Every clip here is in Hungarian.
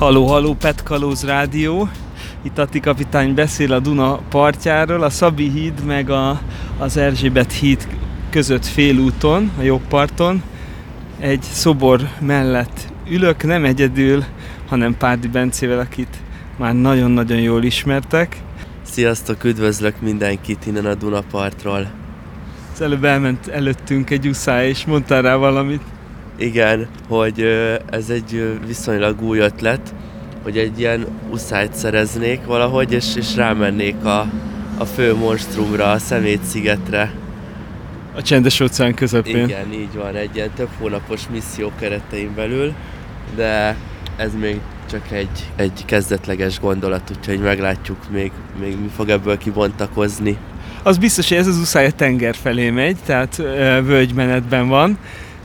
Halló, halló, Pet Kalóz Rádió. Itt Atti kapitány beszél a Duna partjáról, a Szabi híd meg az Erzsébet híd között félúton, a jobb parton. Egy szobor mellett ülök, nem egyedül, hanem Párdi Bencével, akit már nagyon-nagyon jól ismertek. Sziasztok, üdvözlök mindenkit innen a Dunapartról. Az előbb elment előttünk egy uszály, és mondtál rá valamit. Igen, hogy ez egy viszonylag új ötlet, hogy egy ilyen uszályt szereznék valahogy, és rámennék a fő monstrumra, a Szemét-szigetre. A Csendes-óceán közepén. Igen, így van, egy ilyen több hónapos misszió keretein belül, de ez még csak egy kezdetleges gondolat, úgyhogy meglátjuk még mi fog ebből kibontakozni. Az biztos, hogy ez az uszály a tenger felé megy, tehát völgymenetben van.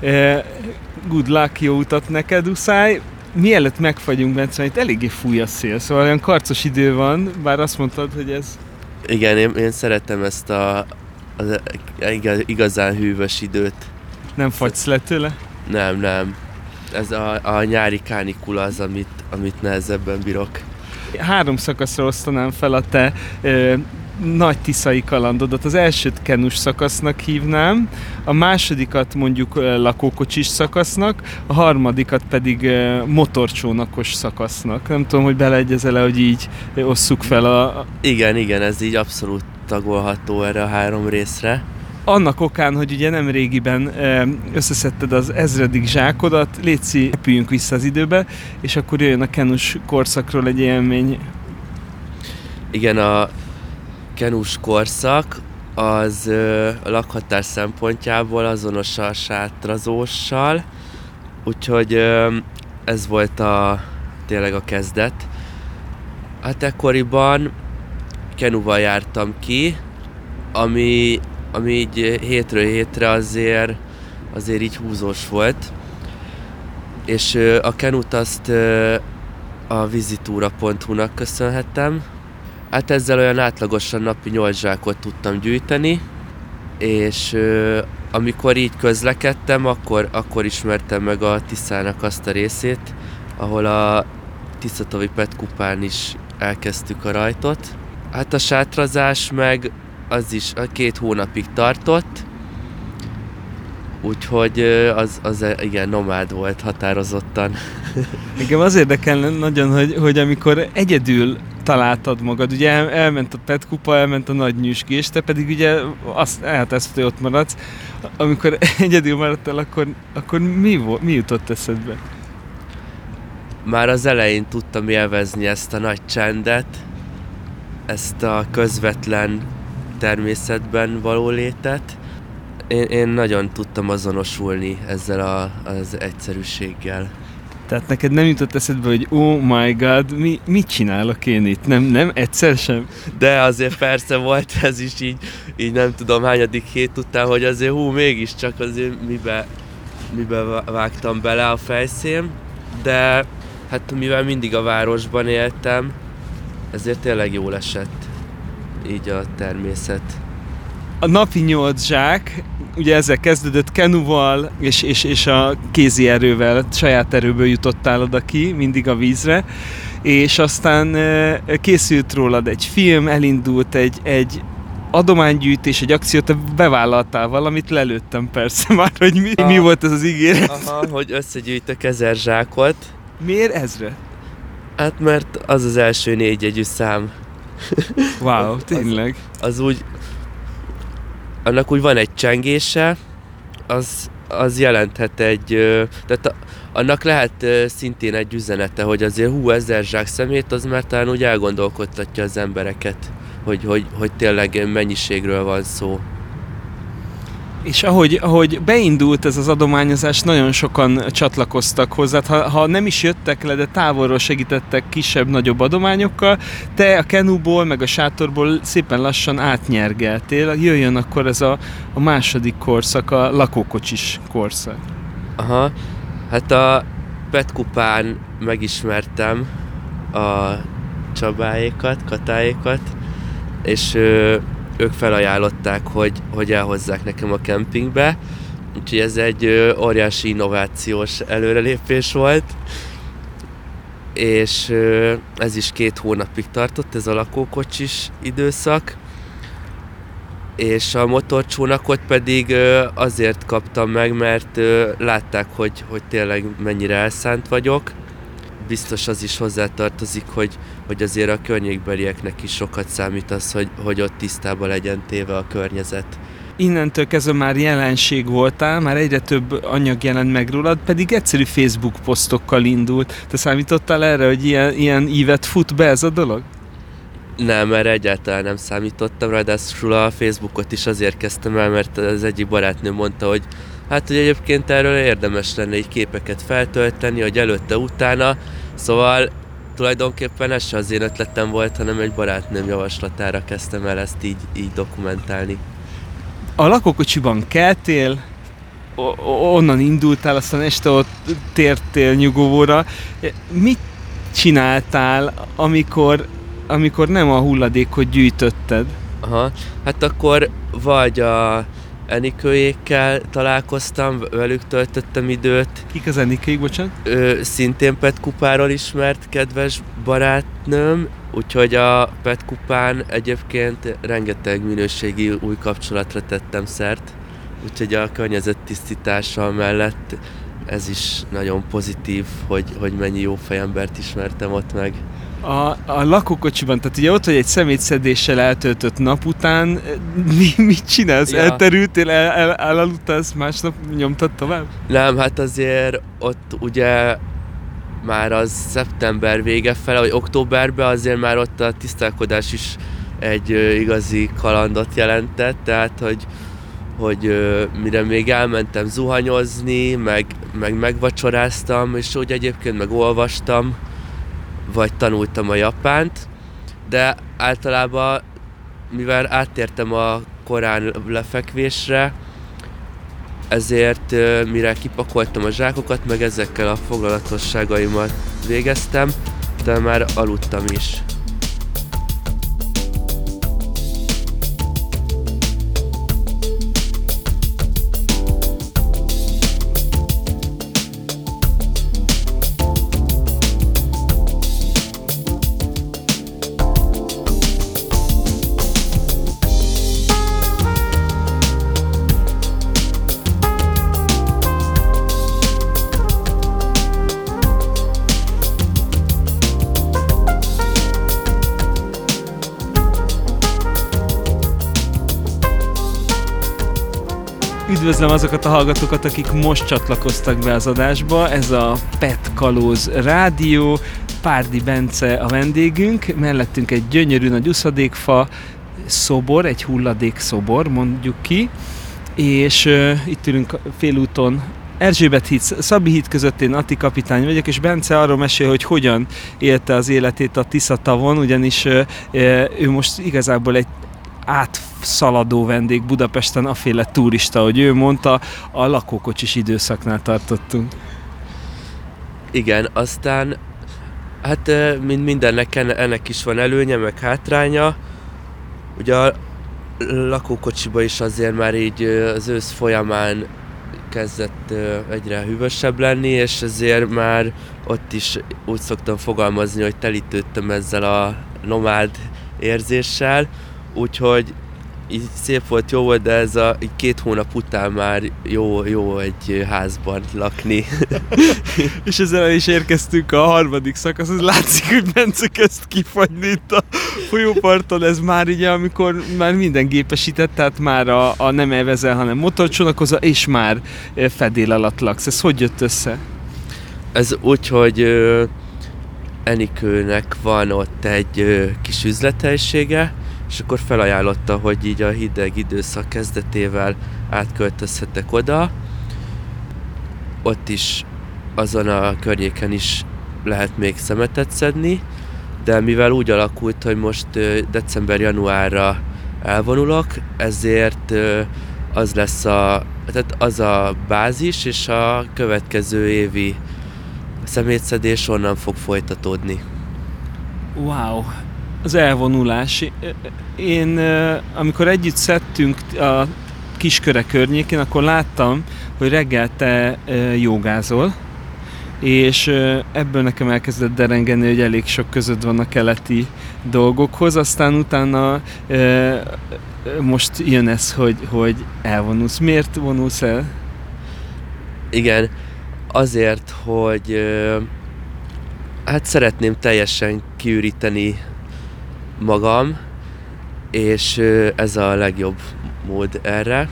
Good luck, jó utat neked, uszály. Mielőtt megfagyunk, Bence, itt eléggé fúj a szél, szóval olyan karcos idő van, bár azt mondtad, hogy ez... Igen, én szeretem ezt az igazán hűvös időt. Nem fagysz le tőle? Nem. Ez a nyári kánikula az, amit nehezebben bírok. 3 szakaszra osztanám fel a te nagy tiszai kalandodat. Az elsőt kenus szakasznak hívnám, a másodikat mondjuk lakókocsis szakasznak, a harmadikat pedig motorcsónakos szakasznak. Nem tudom, hogy beleegyezel-e, hogy így osszuk fel Igen, ez így abszolút tagolható erre a 3 részre. Annak okán, hogy ugye nem régiben összeszedted az 1000. zsákodat, létszi, repüljünk vissza az időbe, és akkor jöjjön a kenus korszakról egy élmény. Igen, a kenus korszak az a lakhatás szempontjából azonos a sátrazóssal, úgyhogy ez volt tényleg a kezdet. Hát ekkoriban kenuval jártam ki, ami így hétről hétre azért így húzós volt. És a kenut azt a vizitúra.hu-nak köszönhetem. Hát ezzel olyan átlagosan napi 8 zsákot tudtam gyűjteni, és amikor így közlekedtem, akkor ismertem meg a Tiszának azt a részét, ahol a Tiszatovi Pet Kupán is elkezdtük a rajtot. Hát a sátrazás meg az is 2 hónapig tartott, úgyhogy az igen, nomád volt határozottan. Engem az érdekel nagyon, hogy amikor egyedül találtad magad, ugye elment a Pet Kupa, elment a nagy nyüzsgés, te pedig ugye azt elhatároztad, hogy ott maradsz. Amikor egyedül maradtál, akkor mi jutott eszedbe? Már az elején tudtam élvezni ezt a nagy csendet, ezt a közvetlen természetben való létet. Én nagyon tudtam azonosulni ezzel az egyszerűséggel. Tehát neked nem jutott eszedbe, hogy oh my god, mit csinálok én itt? Nem egyszer sem? De azért persze volt ez is így nem tudom hányadik hét után, hogy azért mégiscsak azért mibe vágtam bele a fejszém. De hát mivel mindig a városban éltem, ezért tényleg jól esett így a természet. A napi 8 zsák, ugye ezzel kezdődött kenuval, és a kézi erővel, saját erőből jutottál oda ki, mindig a vízre, és aztán készült rólad egy film, elindult egy adománygyűjtés, egy akció, te bevállaltál valamit, lelőttem persze már, hogy mi volt ez az ígéret. Aha, hogy összegyűjtök 1000 zsákot. Miért 1000? Hát mert az az első 4 jegyű szám. Wow, tényleg? Az úgy, annak úgy van egy csengése, az jelenthet tehát annak lehet szintén egy üzenete, hogy azért 1000 zsák szemét, az már talán úgy elgondolkodtatja az embereket, hogy tényleg mennyiségről van szó. És ahogy beindult ez az adományozás, nagyon sokan csatlakoztak hozzá. Ha nem is jöttek le, de távolról segítettek kisebb-nagyobb adományokkal, te a kenuból, meg a sátorból szépen lassan átnyergeltél. Jöjjön akkor ez a második korszak, a lakókocsis korszak. Aha, hát a Pet Kupán megismertem a Csabáékat, Katáékat, és ők felajánlották, hogy elhozzák nekem a kempingbe, úgyhogy ez egy óriási innovációs előrelépés volt, és ez is 2 hónapig tartott, ez a lakókocsis időszak, és a motorcsónakot pedig azért kaptam meg, mert látták, hogy tényleg mennyire elszánt vagyok. Biztos az is hozzátartozik, hogy azért a környékbelieknek is sokat számít az, hogy ott tisztában legyen téve a környezet. Innentől kezdve már jelenség voltál, már egyre több anyag jelent meg rólad, pedig egyszerű Facebook posztokkal indult. Te számítottál erre, hogy ilyen ívet fut be ez a dolog? Nem, erre egyáltalán nem számítottam, ráadásul a Facebookot is azért kezdtem el, mert az egyik barátnő mondta, hogy hát, hogy egyébként erről érdemes lenne így képeket feltölteni, hogy előtte-utána, szóval tulajdonképpen ez se az én ötletem volt, hanem egy barátnőm javaslatára kezdtem el ezt így dokumentálni. A lakókocsiban keltél, onnan indultál, aztán este ott tértél nyugovóra. Mit csináltál, amikor nem a hulladékot gyűjtötted? Aha, hát akkor vagy a Enikőjékkel találkoztam, velük töltöttem időt. Kik az Enikőjék, bocsánat? Szintén Pet Kupáról ismert kedves barátnőm, úgyhogy a Pet Kupán egyébként rengeteg minőségi új kapcsolatra tettem szert, úgyhogy a környezettisztítással mellett ez is nagyon pozitív, hogy mennyi jó fejembert ismertem ott meg. A lakókocsiban, tehát ugye ott, hogy egy szemétszedéssel eltöltött nap után, mit csinálsz? Ja. Elterültél, elaludtál, másnap nyomtad tovább? Nem, hát azért ott ugye már az szeptember vége fele, vagy októberben azért már ott a tisztálkodás is egy igazi kalandot jelentett, tehát hogy mire még elmentem zuhanyozni, meg megvacsoráztam, és úgy egyébként meg olvastam, vagy tanultam a japánt, de általában, mivel áttértem a korán lefekvésre, ezért mire kipakoltam a zsákokat, meg ezekkel a foglalatosságaimat végeztem, de már aludtam is. Üdvözlöm azokat a hallgatókat, akik most csatlakoztak be az adásba. Ez a Pet Kalóz Rádió. Párdi Bence a vendégünk, mellettünk egy gyönyörű nagy uszadékfa szobor, egy hulladék szobor, mondjuk ki, és itt ülünk félúton Erzsébet híd, Szabi híd között, én Atti kapitány vagyok, és Bence arról mesél, hogy hogyan élte az életét a Tisza-tavon, ugyanis ő most igazából egy átszaladó vendég Budapesten, aféle turista, hogy ő mondta, a lakókocsis időszaknál tartottunk. Igen, aztán hát mint mindennek ennek is van előnye, meg hátránya. Ugye a lakókocsiba is azért már így az ősz folyamán kezdett egyre hűvösebb lenni, és ezért már ott is úgy szoktam fogalmazni, hogy telítődtem ezzel a nomád érzéssel, úgyhogy így szép volt, jó volt, de ez így 2 hónap után már jó egy házban lakni. És ezzel is érkeztünk a harmadik szakaszhoz. Látszik, hogy Bence kezd kifagyni itt a folyóparton. Ez már ugye, amikor már minden gépesített, tehát már a nem elvezel, hanem motorcsónakozza, és már fedél alatt laksz. Ez hogy jött össze? Ez úgy, hogy Enikőnek van ott egy kis üzlethelyisége, és akkor felajánlotta, hogy így a hideg időszak kezdetével átköltözhetek oda. Ott is, azon a környéken is lehet még szemetet szedni, de mivel úgy alakult, hogy most december-januárra elvonulok, ezért az lesz tehát az a bázis, és a következő évi szemétszedés onnan fog folytatódni. Wow! Az elvonulás. Én, amikor együtt szedtünk a Kisköre környékén, akkor láttam, hogy reggel te jogázol, és ebből nekem elkezdett derengeni, hogy elég sok között van a keleti dolgokhoz, aztán utána most jön ez, hogy elvonulsz. Miért vonulsz el? Igen, azért, hogy hát szeretném teljesen kiüríteni magam, és ez a legjobb mód erre.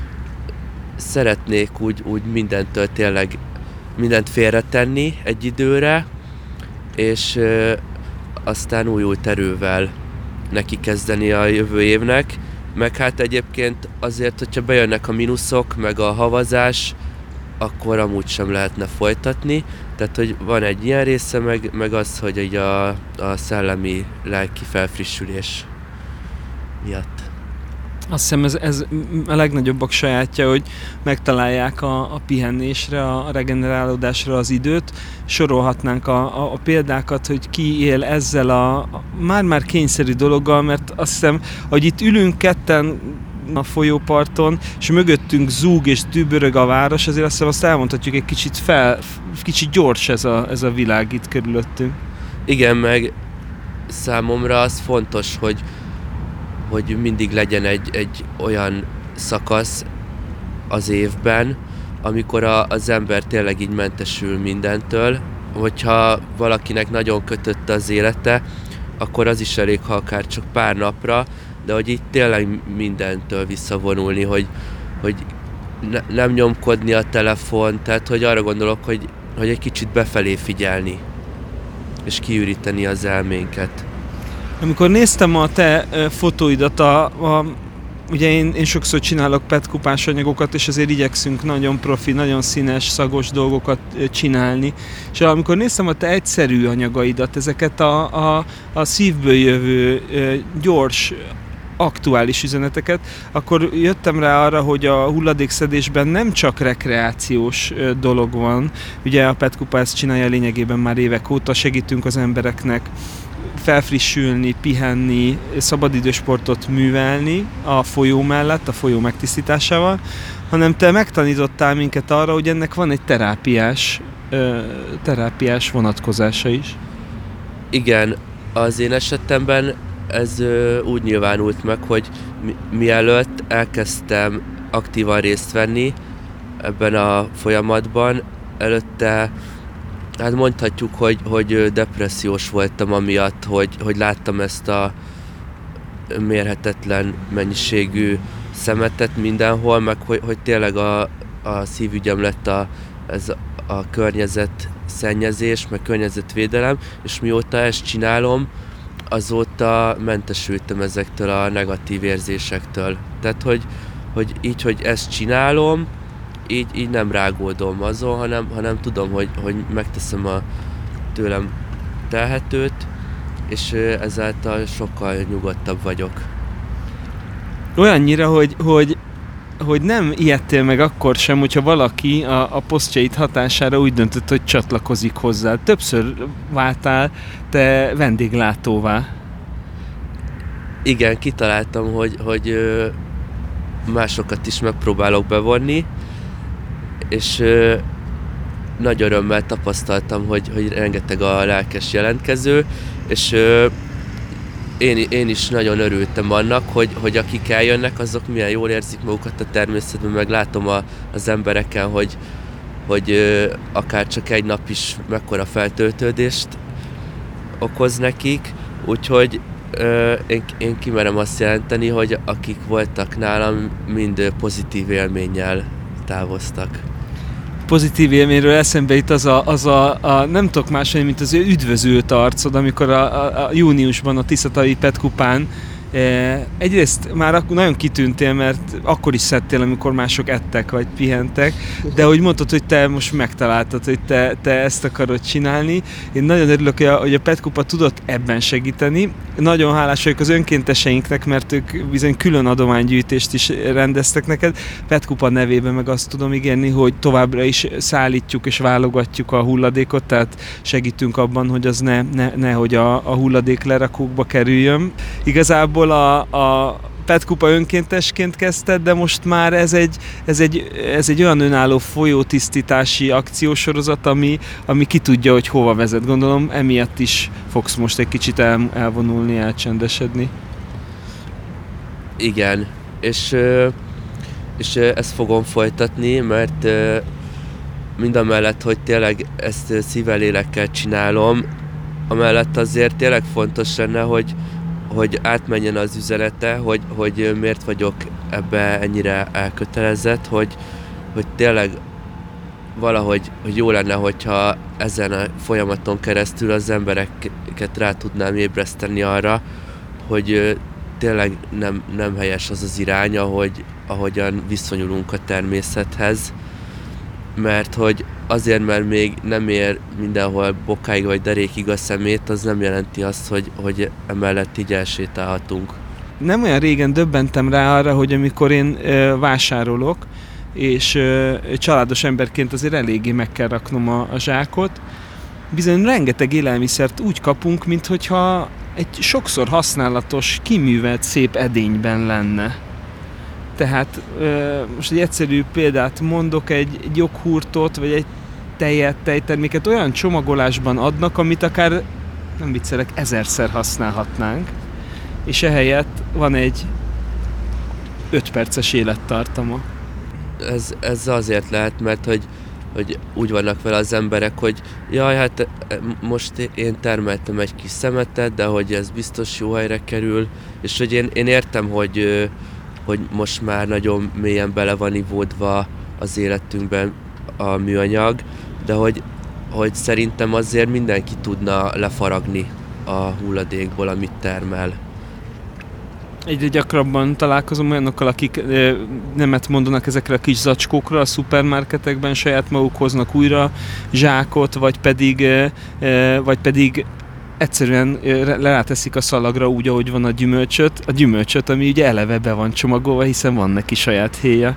Szeretnék úgy mindentől tényleg mindent félretenni egy időre, és aztán új erővel neki kezdeni a jövő évnek. Meg hát egyébként azért, hogyha bejönnek a mínuszok, meg a havazás, akkor amúgy sem lehetne folytatni. Tehát, hogy van egy ilyen része, meg az, hogy így a szellemi, lelki felfrissülés miatt. Azt hiszem ez a legnagyobbak sajátja, hogy megtalálják a pihenésre, a regenerálódásra az időt. Sorolhatnánk a példákat, hogy ki él ezzel a már-már kényszerű dologgal, mert azt hiszem, hogy itt ülünk ketten a folyóparton, és mögöttünk zúg és dübörög a város, azért azt hiszem, azt elmondhatjuk, egy kicsit gyors ez a világ itt körülöttünk. Igen, meg számomra az fontos, hogy mindig legyen egy olyan szakasz az évben, amikor az ember tényleg így mentesül mindentől. Hogyha valakinek nagyon kötött az élete, akkor az is elég, ha akár csak pár napra, de hogy így tényleg mindentől visszavonulni, hogy nem nyomkodni a telefon, tehát hogy arra gondolok, hogy egy kicsit befelé figyelni, és kiüríteni az elménket. Amikor néztem a te fotóidat, ugye én sokszor csinálok PET-kupás anyagokat, és azért igyekszünk nagyon profi, nagyon színes, szagos dolgokat csinálni. És amikor néztem a te egyszerű anyagaidat, ezeket a szívből jövő, gyors, aktuális üzeneteket, akkor jöttem rá arra, hogy a hulladékszedésben nem csak rekreációs dolog van. Ugye a PET-kupa ezt csinálja lényegében már évek óta, segítünk az embereknek felfrissülni, pihenni, szabadidősportot művelni a folyó mellett, a folyó megtisztításával, hanem te megtanítottál minket arra, hogy ennek van egy terápiás vonatkozása is. Igen, az én esetemben ez úgy nyilvánult meg, hogy mielőtt elkezdtem aktívan részt venni ebben a folyamatban, előtte hát mondhatjuk, hogy depressziós voltam amiatt, hogy láttam ezt a mérhetetlen mennyiségű szemetet mindenhol, meg hogy tényleg a szívügyem lett ez a környezetszennyezés, meg környezetvédelem, és mióta ezt csinálom, azóta mentesültem ezektől a negatív érzésektől. Tehát, hogy ezt csinálom, így nem rágódom azon, hanem tudom, hogy megteszem a tőlem telhetőt, és ezáltal sokkal nyugodtabb vagyok. Olyannyira, hogy nem ijedtél meg akkor sem, hogyha valaki a posztjait hatására úgy döntött, hogy csatlakozik hozzá. Többször váltál te vendéglátóvá. Igen, kitaláltam, hogy másokat is megpróbálok bevonni, és nagy örömmel tapasztaltam, hogy rengeteg a lelkes jelentkező, és én is nagyon örültem annak, hogy akik eljönnek, azok milyen jól érzik magukat a természetben, meg látom az embereken, hogy akár csak egy nap is mekkora feltöltődést okoz nekik, úgyhogy én kimerem azt jelenteni, hogy akik voltak nálam, mind pozitív élménnyel távoztak. Pozitív élményről eszembe itt az a nem tudok máshogy, mint az üdvözült arcod, amikor a júniusban a Tiszatai PET-kupán egyrészt már nagyon kitűntél, mert akkor is szedtél, amikor mások ettek vagy pihentek, de hogy mondtad, hogy te most megtaláltad, hogy te ezt akarod csinálni. Én nagyon örülök, hogy a PET-kupa tudott ebben segíteni. Nagyon hálás vagyok az önkénteseinknek, mert ők bizony külön adománygyűjtést is rendeztek neked. PET-kupa nevében meg azt tudom ígérni, hogy továbbra is szállítjuk és válogatjuk a hulladékot, tehát segítünk abban, hogy az nehogy a hulladék lerakókba kerüljön. Igazából a Petkupa önkéntesként kezdted, de most már ez egy olyan önálló folyótisztítási akciósorozat, ami ki tudja, hogy hova vezet. Gondolom, emiatt is fogsz most egy kicsit elvonulni, elcsendesedni. Igen, és ezt fogom folytatni, mert mindamellett, hogy tényleg ezt szívvel, lélekkel csinálom, amellett azért tényleg fontos lenne, hogy átmenjen az üzenete, hogy miért vagyok ebbe ennyire elkötelezett, hogy tényleg valahogy hogy jó lenne, hogyha ezen a folyamaton keresztül az embereket rá tudnám ébreszteni arra, hogy tényleg nem helyes az az irány, ahogyan viszonyulunk a természethez, mert hogy azért, mert még nem ér mindenhol bokáig vagy derékig a szemét, az nem jelenti azt, hogy emellett így elsétálhatunk. Nem olyan régen döbbentem rá arra, hogy amikor én vásárolok, és családos emberként azért eléggé meg kell raknom a zsákot, bizony rengeteg élelmiszert úgy kapunk, minthogyha egy sokszor használatos, kiművelt szép edényben lenne. Tehát most egy egyszerű példát mondok, egy joghurtot, vagy egy tejet, tejterméket olyan csomagolásban adnak, amit akár, nem viccelek, 1000-szer használhatnánk, és ehelyett van egy 5 perces élettartama. Ez azért lehet, mert hogy úgy vannak vele az emberek, hogy jaj, hát most én termeltem egy kis szemetet, de hogy ez biztos jó helyre kerül, és hogy én értem, hogy most már nagyon mélyen bele van ivódva az életünkben a műanyag, de hogy szerintem azért mindenki tudna lefaragni a hulladékból, amit termel. Egyre gyakrabban találkozom olyanokkal, akik nemet mondanak ezekre a kis zacskókra a szupermarketekben, saját maguk hoznak újra zsákot, vagy pedig egyszerűen ráteszik a szalagra úgy, ahogy van a gyümölcsöt, ami ugye eleve be van csomagolva, hiszen van neki saját héja.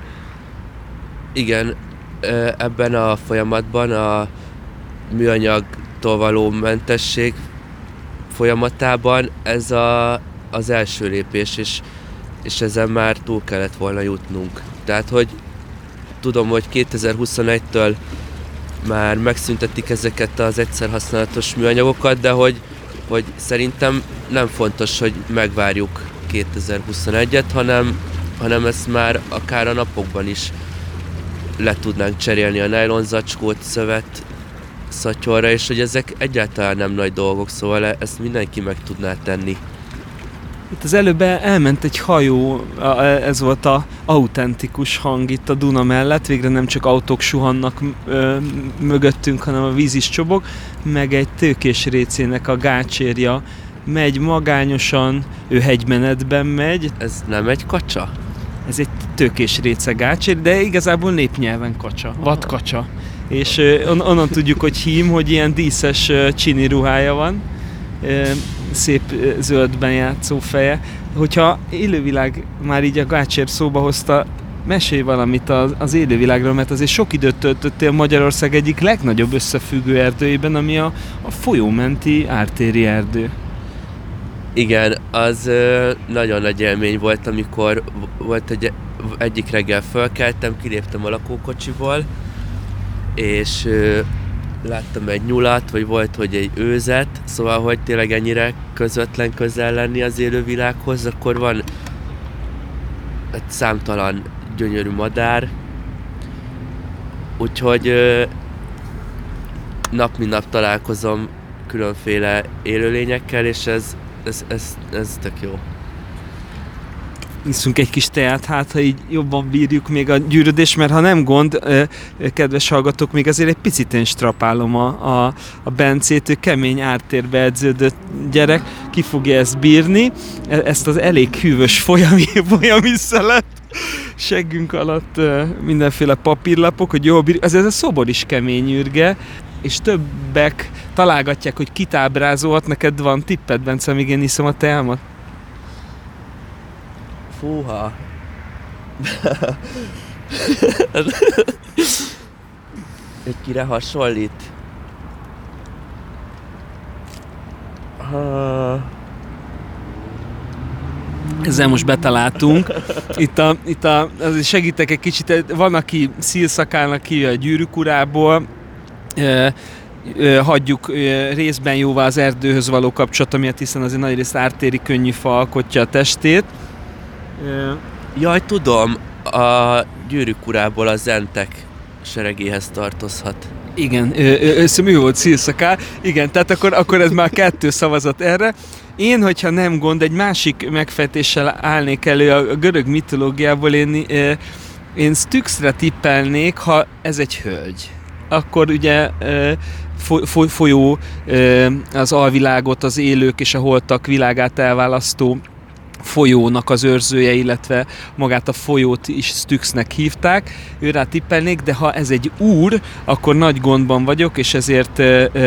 Igen, ebben a folyamatban a műanyagtól való mentesség folyamatában ez az első lépés, és ezen már túl kellett volna jutnunk. Tehát, hogy tudom, hogy 2021-től már megszüntetik ezeket az egyszer használatos műanyagokat, de hogy szerintem nem fontos, hogy megvárjuk 2021-et, hanem ezt már akár a napokban is le tudnánk cserélni a nylonzacskót, szövet, szatyorra, és hogy ezek egyáltalán nem nagy dolgok, szóval ezt mindenki meg tudná tenni. Itt az előbb elment egy hajó, ez volt az autentikus hang itt a Duna mellett, végre nem csak autók suhannak mögöttünk, hanem a víz is csobog, meg egy tőkésrécének a gácsérja megy magányosan, ő hegymenetben megy. Ez nem egy kacsa? Ez egy tőkésréce gácsér, de igazából népnyelven kacsa, vadkacsa. És onnan tudjuk, hogy hím, hogy ilyen díszes csini ruhája van, szép zöldben játszó feje. Hogyha élővilág már így a gácsér szóba hozta, mesélj valamit az élővilágról, mert azért sok időt töltöttél Magyarország egyik legnagyobb összefüggő erdőjében, ami a folyómenti ártéri erdő. Igen, az nagyon nagy élmény volt, amikor volt egyik reggel fölkeltem, kiléptem a lakókocsiból, és láttam egy nyulat, vagy volt, hogy egy őzet, szóval, hogy tényleg ennyire közvetlen közel lenni az élővilághoz, akkor van egy számtalan gyönyörű madár, úgyhogy nap mint nap találkozom különféle élőlényekkel, és ez tök jó. Iszunk egy kis teát, hát ha így jobban bírjuk még a gyűrödést, mert ha nem gond, kedves hallgatók, még azért egy picit én strapálom a Bencét, ő kemény ártérbe edződött gyerek, ki fogja ezt bírni, ezt az elég hűvös folyami szelet, seggünk alatt mindenféle papírlapok, hogy jól bírjuk, ez a szobor is kemény űrge, és többek találgatják, hogy kit ábrázolhat, neked van tipped, Bence, amíg én iszom a teámat? Fúha! Egy kire hasonlít? ezzel most betaláltunk. Azért segítek egy kicsit, van, aki szilszakálnak hívja a Gyűrűk urából, hagyjuk részben jóvá az erdőhöz való kapcsolat miatt, hiszen azért nagy részt ártéri könnyű fa alkotja a testét. Jaj, tudom, a Gyűrűk urából a Zentek seregéhez tartozhat. Igen, ő volt szilszakál. Igen, tehát akkor ez már 2 szavazat erre. Én, hogyha nem gond, egy másik megfejtéssel állnék elő a görög mitológiából, én Styxre tippelnék, ha ez egy hölgy. Akkor ugye folyó az alvilágot, az élők és a holtak világát elválasztó folyónak az őrzője, illetve magát a folyót is Styxnek hívták. Őrá tippelnék, de ha ez egy úr, akkor nagy gondban vagyok, és ezért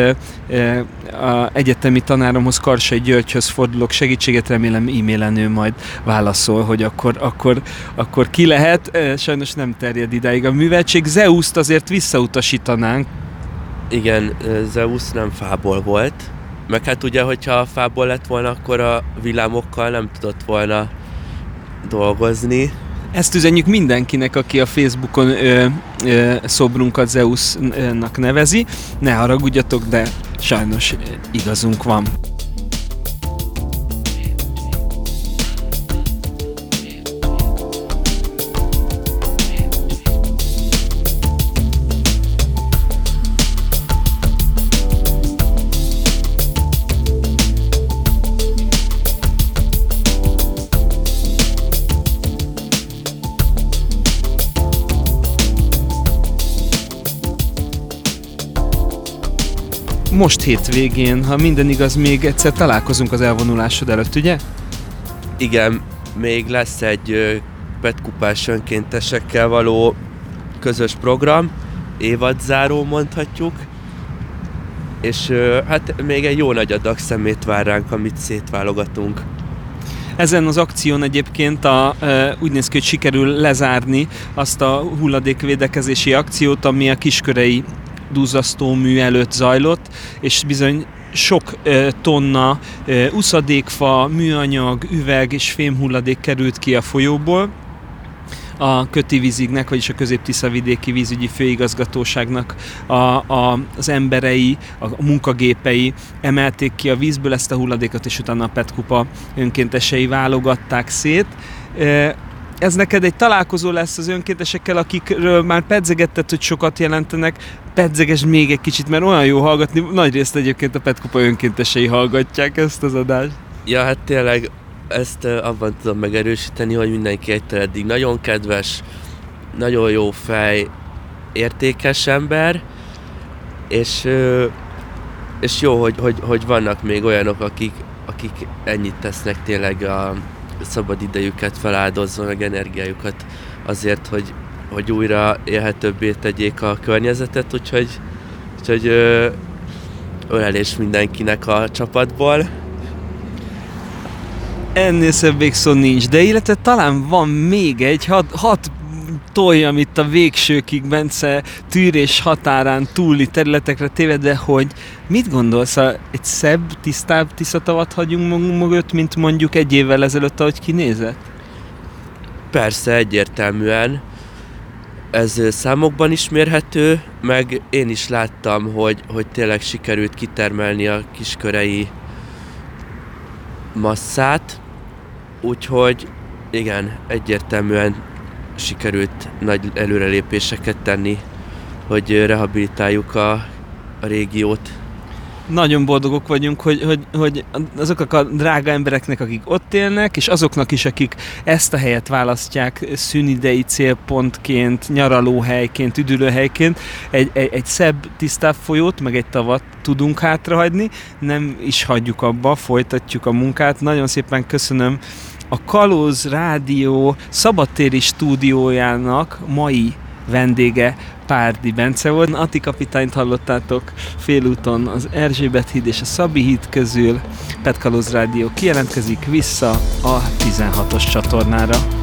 a egyetemi tanáromhoz, Karsai Györgyhöz fordulok segítséget, remélem e-mailen ő majd válaszol, hogy akkor ki lehet. Sajnos nem terjed idáig a műveltség. Zeuszt azért visszautasítanánk. Igen, Zeus nem fából volt. Meg hát ugye, hogyha a fából lett volna, akkor a villámokkal nem tudott volna dolgozni. Ezt üzenjük mindenkinek, aki a Facebookon szobrunkat Zeusnak nevezi. Ne haragudjatok, de sajnos igazunk van. Most hétvégén, ha minden igaz, még egyszer találkozunk az elvonulásod előtt, ugye? Igen, még lesz egy petkupás önkéntesekkel való közös program, évadzáró mondhatjuk, és hát még egy jó nagy adag szemét vár ránk, amit szétválogatunk. Ezen az akción egyébként úgy néz ki, hogy sikerül lezárni azt a hulladékvédekezési akciót, ami a kiskörei duzzasztómű előtt zajlott, és bizony sok tonna uszadékfa, műanyag, üveg és fémhulladék került ki a folyóból. A Köti-vízignek, vagyis a Közép-Tiszavidéki Vízügyi Főigazgatóságnak az emberei, a munkagépei emelték ki a vízből ezt a hulladékot, és utána a Petkupa önkéntesei válogatták szét. Ez neked egy találkozó lesz az önkéntesekkel, akikről már pedzegetted, hogy sokat jelentenek. Pedzegesd még egy kicsit, mert olyan jó hallgatni. Nagyrészt egyébként a Petkupa önkéntesei hallgatják ezt az adást. Ja, hát tényleg ezt abban tudom megerősíteni, hogy mindenki egytől eddig nagyon kedves, nagyon jó fej, értékes ember, és jó, hogy vannak még olyanok, akik ennyit tesznek tényleg a szabad idejüket feláldozva, meg energiájukat azért, hogy újra élhetőbbé tegyék a környezetet, úgyhogy ölelés mindenkinek a csapatból. Ennél szebb végszó nincs, de illetve talán van még egy, hadd toljam itt a végsőkig, Bence tűrés határán túli területekre tévedve, hogy mit gondolsz, egy szebb, tisztább Tiszatavat hagyunk magunk mögött, mint mondjuk egy évvel ezelőtt, ahogy kinézett? Persze, egyértelműen. Ez számokban is mérhető, meg én is láttam, hogy tényleg sikerült kitermelni a kiskörei masszát, úgyhogy igen, egyértelműen sikerült nagy előrelépéseket tenni, hogy rehabilitáljuk a régiót. Nagyon boldogok vagyunk, hogy azoknak a drága embereknek, akik ott élnek, és azoknak is, akik ezt a helyet választják szünidei célpontként, nyaralóhelyként, üdülőhelyként, egy szebb, tisztább folyót, meg egy tavat tudunk hátrahagyni. Nem is hagyjuk abba, folytatjuk a munkát. Nagyon szépen köszönöm a Kalóz Rádió szabadtéri stúdiójának mai vendége Párdi Bence volt. Ati kapitányt hallottátok félúton az Erzsébet híd és a Szabi híd közül. Pet Kalóz Rádió kijelentkezik vissza a 16-os csatornára.